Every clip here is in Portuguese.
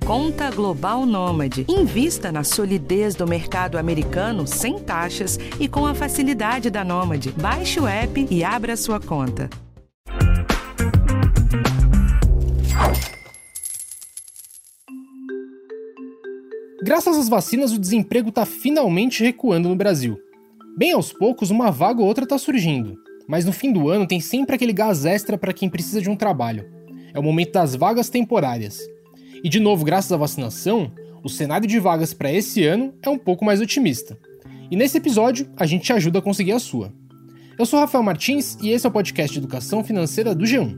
Conta Global Nômade. Invista na solidez do mercado americano sem taxas e com a facilidade da Nômade. Baixe o app e abra sua conta. Graças às vacinas, o desemprego está finalmente recuando no Brasil. Bem aos poucos, uma vaga ou outra está surgindo. Mas no fim do ano tem sempre aquele gás extra para quem precisa de um trabalho. É o momento das vagas temporárias. E de novo, graças à vacinação, o cenário de vagas para esse ano é um pouco mais otimista. E nesse episódio, a gente te ajuda a conseguir a sua. Eu sou Rafael Martins e esse é o podcast de Educação Financeira do G1.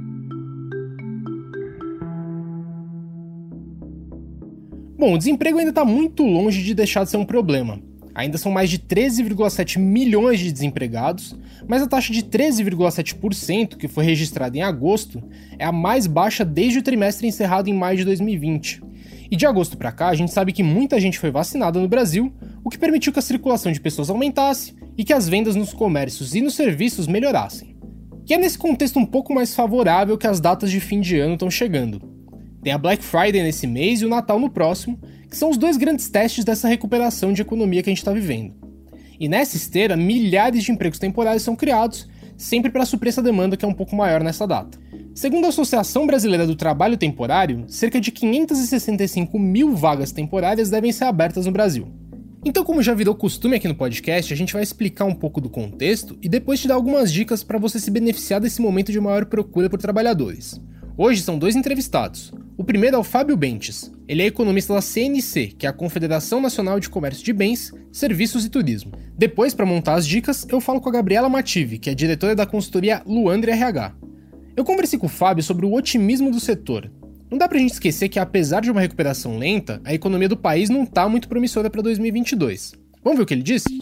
Bom, o desemprego ainda está muito longe de deixar de ser um problema. Ainda são mais de 13,7 milhões de desempregados, mas a taxa de 13,7% que foi registrada em agosto é a mais baixa desde o trimestre encerrado em maio de 2020. E de agosto para cá, a gente sabe que muita gente foi vacinada no Brasil, o que permitiu que a circulação de pessoas aumentasse e que as vendas nos comércios e nos serviços melhorassem. E é nesse contexto um pouco mais favorável que as datas de fim de ano estão chegando. Tem a Black Friday nesse mês e o Natal no próximo, que são os dois grandes testes dessa recuperação de economia que a gente está vivendo. E nessa esteira, milhares de empregos temporários são criados, sempre para suprir essa demanda que é um pouco maior nessa data. Segundo a Associação Brasileira do Trabalho Temporário, cerca de 565 mil vagas temporárias devem ser abertas no Brasil. Então, como já virou costume aqui no podcast, a gente vai explicar um pouco do contexto e depois te dar algumas dicas para você se beneficiar desse momento de maior procura por trabalhadores. Hoje são dois entrevistados. O primeiro é o Fábio Bentes. Ele é economista da CNC, que é a Confederação Nacional de Comércio de Bens, Serviços e Turismo. Depois, para montar as dicas, eu falo com a Gabriela Mative, que é diretora da consultoria Luandre RH. Eu conversei com o Fábio sobre o otimismo do setor. Não dá pra gente esquecer que, apesar de uma recuperação lenta, a economia do país não tá muito promissora para 2022. Vamos ver o que ele disse?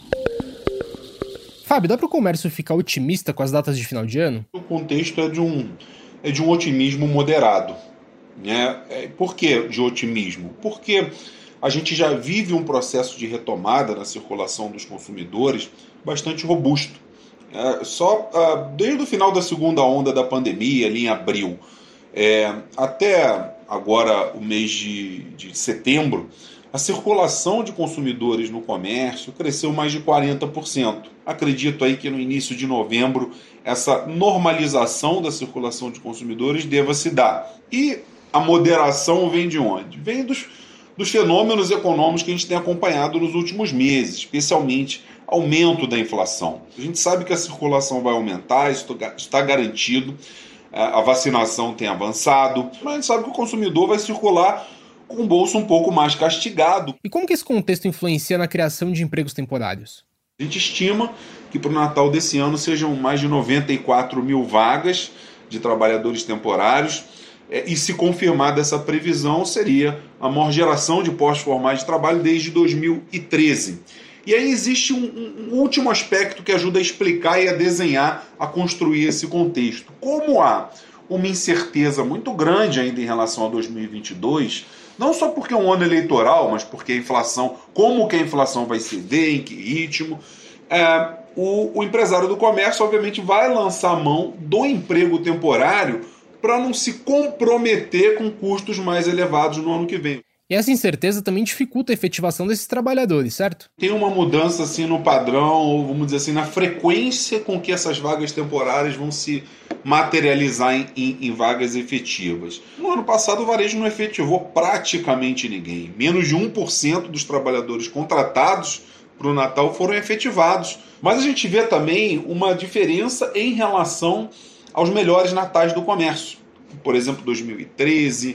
Fábio, dá para o comércio ficar otimista com as datas de final de ano? O contexto é de um otimismo moderado. Por que de otimismo? Porque a gente já vive um processo de retomada na circulação dos consumidores bastante robusto. Desde o final da segunda onda da pandemia, ali em abril, até agora o mês de setembro, a circulação de consumidores no comércio cresceu mais de 40%. Acredito aí que no início de novembro essa normalização da circulação de consumidores deva se dar. E a moderação vem de onde? Vem dos fenômenos econômicos que a gente tem acompanhado nos últimos meses, especialmente aumento da inflação. A gente sabe que a circulação vai aumentar, isso está garantido, a vacinação tem avançado, mas a gente sabe que o consumidor vai circular com o bolso um pouco mais castigado. E como que esse contexto influencia na criação de empregos temporários? A gente estima que para o Natal desse ano sejam mais de 94 mil vagas de trabalhadores temporários, e se confirmada essa previsão, seria a maior geração de postos formais de trabalho desde 2013. E aí existe um último aspecto que ajuda a explicar e a desenhar, a construir esse contexto. Como há uma incerteza muito grande ainda em relação a 2022, não só porque é um ano eleitoral, mas porque a inflação, como que a inflação vai ceder, em que ritmo, o empresário do comércio obviamente vai lançar a mão do emprego temporário para não se comprometer com custos mais elevados no ano que vem. E essa incerteza também dificulta a efetivação desses trabalhadores, certo? Tem uma mudança assim no padrão, ou vamos dizer assim, na frequência com que essas vagas temporárias vão se materializar em vagas efetivas. No ano passado o varejo não efetivou praticamente ninguém. Menos de 1% dos trabalhadores contratados para o Natal foram efetivados. Mas a gente vê também uma diferença em relação aos melhores natais do comércio. Por exemplo, 2013,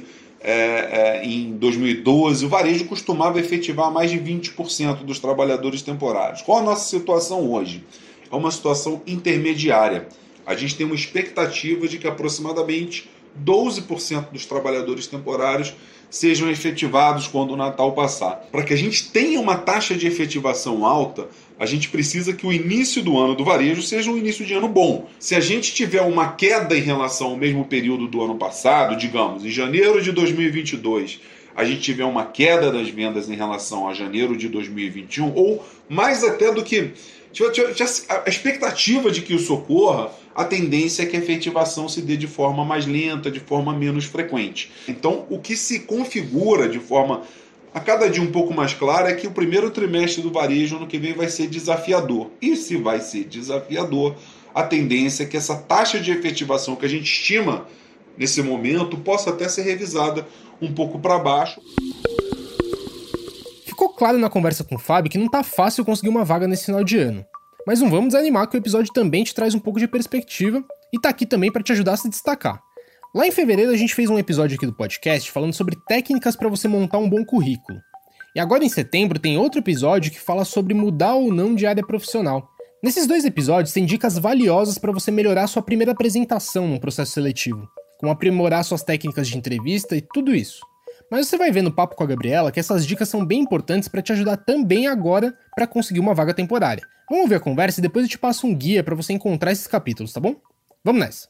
em 2012, o varejo costumava efetivar mais de 20% dos trabalhadores temporários. Qual a nossa situação hoje? É uma situação intermediária. A gente tem uma expectativa de que aproximadamente 12% dos trabalhadores temporários sejam efetivados quando o Natal passar. Para que a gente tenha uma taxa de efetivação alta, a gente precisa que o início do ano do varejo seja um início de ano bom. Se a gente tiver uma queda em relação ao mesmo período do ano passado, digamos, em janeiro de 2022, a gente tiver uma queda das vendas em relação a janeiro de 2021, ou mais até do que a expectativa de que isso ocorra, a tendência é que a efetivação se dê de forma mais lenta, de forma menos frequente. Então, o que se configura de forma a cada dia um pouco mais clara é que o primeiro trimestre do varejo ano que vem vai ser desafiador. E se vai ser desafiador, a tendência é que essa taxa de efetivação que a gente estima nesse momento possa até ser revisada um pouco para baixo. Ficou claro na conversa com o Fábio que não tá fácil conseguir uma vaga nesse final de ano. Mas não vamos desanimar, que o episódio também te traz um pouco de perspectiva e tá aqui também para te ajudar a se destacar. Lá em fevereiro a gente fez um episódio aqui do podcast falando sobre técnicas para você montar um bom currículo. E agora em setembro tem outro episódio que fala sobre mudar ou não de área profissional. Nesses 2 episódios tem dicas valiosas para você melhorar sua primeira apresentação num processo seletivo, como aprimorar suas técnicas de entrevista e tudo isso. Mas você vai ver no papo com a Gabriela que essas dicas são bem importantes para te ajudar também agora para conseguir uma vaga temporária. Vamos ouvir a conversa e depois eu te passo um guia para você encontrar esses capítulos, tá bom? Vamos nessa!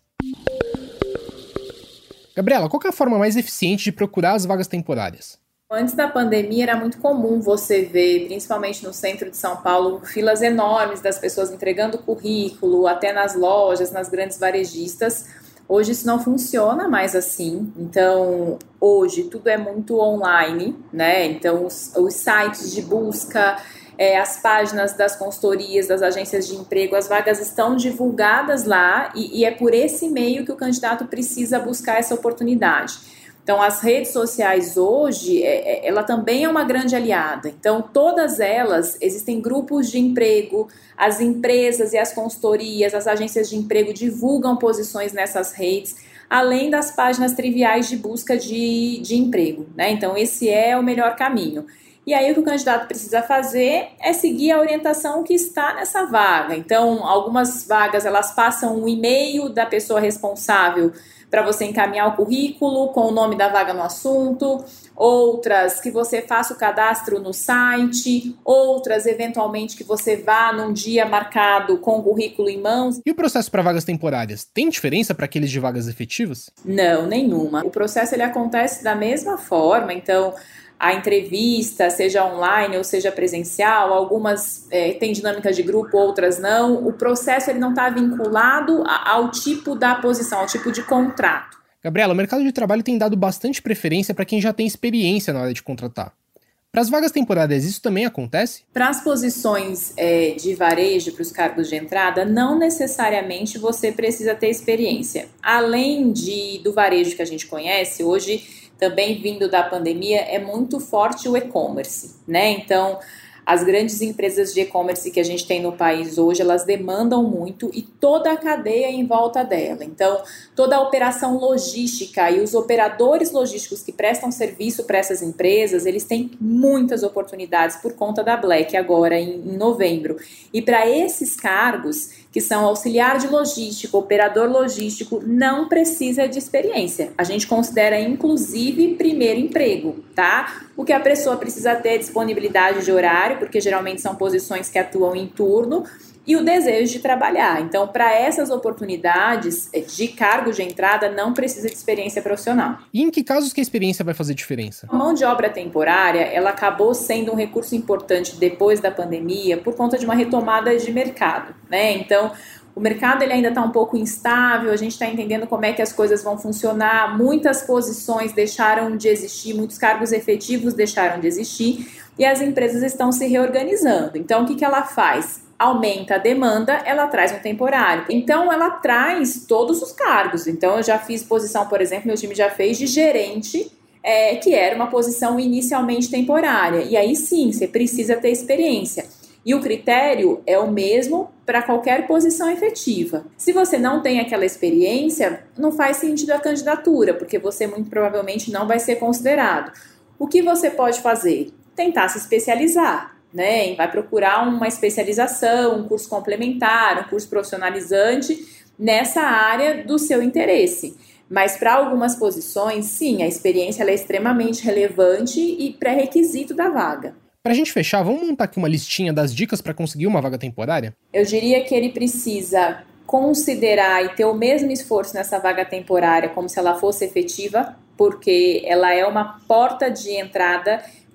Gabriela, qual que é a forma mais eficiente de procurar as vagas temporárias? Antes da pandemia era muito comum você ver, principalmente no centro de São Paulo, filas enormes das pessoas entregando currículo, até nas lojas, nas grandes varejistas. Hoje isso não funciona mais assim, então hoje tudo é muito online, né? Então os sites de busca, as páginas das consultorias, das agências de emprego, as vagas estão divulgadas lá e é por esse meio que o candidato precisa buscar essa oportunidade. Então, as redes sociais hoje, ela também é uma grande aliada. Então, todas elas, existem grupos de emprego, as empresas e as consultorias, as agências de emprego divulgam posições nessas redes, além das páginas triviais de busca de emprego, né? Então, esse é o melhor caminho. E aí, o que o candidato precisa fazer é seguir a orientação que está nessa vaga. Então, algumas vagas, elas passam um e-mail da pessoa responsável para você encaminhar o currículo com o nome da vaga no assunto, outras que você faça o cadastro no site, outras eventualmente que você vá num dia marcado com o currículo em mãos. E o processo para vagas temporárias, tem diferença para aqueles de vagas efetivas? Não, nenhuma. O processo ele acontece da mesma forma, então a entrevista, seja online ou seja presencial, algumas têm dinâmica de grupo, outras não. O processo ele não está vinculado ao tipo da posição, ao tipo de contrato. Gabriela, o mercado de trabalho tem dado bastante preferência para quem já tem experiência na hora de contratar. Para as vagas temporárias, isso também acontece? Para as posições de varejo, para os cargos de entrada, não necessariamente você precisa ter experiência. Além do varejo que a gente conhece, hoje também vindo da pandemia, é muito forte o e-commerce, né? Então, as grandes empresas de e-commerce que a gente tem no país hoje, elas demandam muito e toda a cadeia em volta dela. Então, toda a operação logística e os operadores logísticos que prestam serviço para essas empresas, eles têm muitas oportunidades por conta da Black agora em novembro. E para esses cargos, que são auxiliar de logística, operador logístico, não precisa de experiência. A gente considera, inclusive, primeiro emprego, tá? O que a pessoa precisa ter é disponibilidade de horário, porque geralmente são posições que atuam em turno, e o desejo de trabalhar. Então, para essas oportunidades de cargo de entrada, não precisa de experiência profissional. E em que casos que a experiência vai fazer diferença? A mão de obra temporária, ela acabou sendo um recurso importante depois da pandemia por conta de uma retomada de mercado, né? Então, o mercado ele ainda está um pouco instável, a gente está entendendo como é que as coisas vão funcionar, muitas posições deixaram de existir, muitos cargos efetivos deixaram de existir e as empresas estão se reorganizando. Então, o que ela faz? Aumenta a demanda, ela traz um temporário. Então, ela traz todos os cargos. Então, eu já fiz posição, por exemplo, meu time já fez de gerente, que era uma posição inicialmente temporária. E aí sim, você precisa ter experiência. E o critério é o mesmo para qualquer posição efetiva. Se você não tem aquela experiência, não faz sentido a candidatura, porque você muito provavelmente não vai ser considerado. O que você pode fazer? Tentar se especializar, né? Vai procurar uma especialização, um curso complementar, um curso profissionalizante nessa área do seu interesse. Mas para algumas posições, sim, a experiência ela é extremamente relevante e pré-requisito da vaga. Para a gente fechar, vamos montar aqui uma listinha das dicas para conseguir uma vaga temporária? Eu diria que ele precisa considerar e ter o mesmo esforço nessa vaga temporária como se ela fosse efetiva, porque ela é uma porta de entrada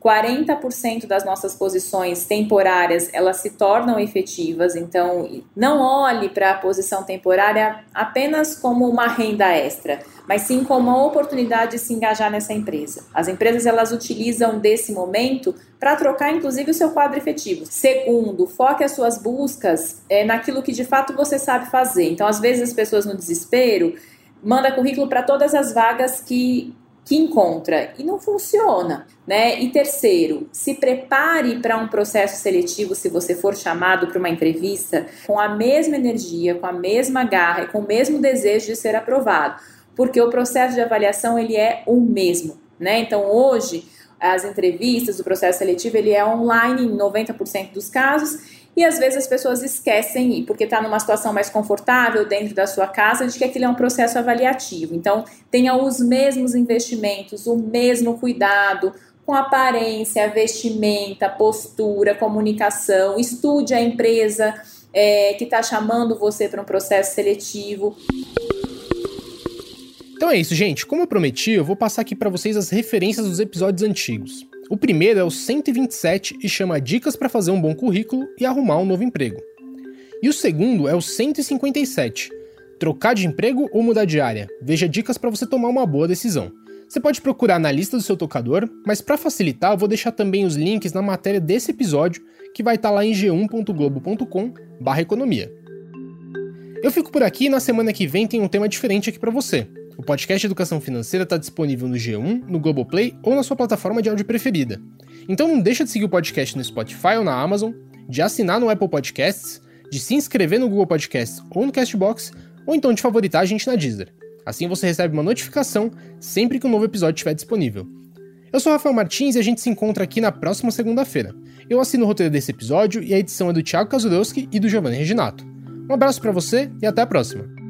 40% das nossas posições temporárias, elas se tornam efetivas, então não olhe para a posição temporária apenas como uma renda extra, mas sim como uma oportunidade de se engajar nessa empresa. As empresas, elas utilizam desse momento para trocar, inclusive, o seu quadro efetivo. Segundo, foque as suas buscas naquilo que de fato você sabe fazer. Então, às vezes, as pessoas no desespero mandam currículo para todas as vagas que encontra e não funciona, né? E terceiro, se prepare para um processo seletivo se você for chamado para uma entrevista com a mesma energia, com a mesma garra e com o mesmo desejo de ser aprovado, porque o processo de avaliação ele é o mesmo, né? Então hoje as entrevistas, o processo seletivo ele é online em 90% dos casos. E às vezes as pessoas esquecem, porque está numa situação mais confortável dentro da sua casa, de que aquilo é um processo avaliativo. Então, tenha os mesmos investimentos, o mesmo cuidado com aparência, vestimenta, postura, comunicação. Estude a empresa que está chamando você para um processo seletivo. Então é isso, gente. Como eu prometi, eu vou passar aqui para vocês as referências dos episódios antigos. O primeiro é o 127 e chama Dicas para fazer um bom currículo e arrumar um novo emprego. E o segundo é o 157, Trocar de emprego ou mudar de área? Veja dicas para você tomar uma boa decisão. Você pode procurar na lista do seu tocador, mas para facilitar eu vou deixar também os links na matéria desse episódio, que vai estar lá em g1.globo.com/economia. Eu fico por aqui e na semana que vem tem um tema diferente aqui para você. O podcast Educação Financeira está disponível no G1, no Globoplay ou na sua plataforma de áudio preferida. Então não deixa de seguir o podcast no Spotify ou na Amazon, de assinar no Apple Podcasts, de se inscrever no Google Podcasts ou no Castbox, ou então de favoritar a gente na Deezer. Assim você recebe uma notificação sempre que um novo episódio estiver disponível. Eu sou o Rafael Martins e a gente se encontra aqui na próxima segunda-feira. Eu assino o roteiro desse episódio e a edição é do Thiago Kazurowski e do Giovanni Reginato. Um abraço para você e até a próxima!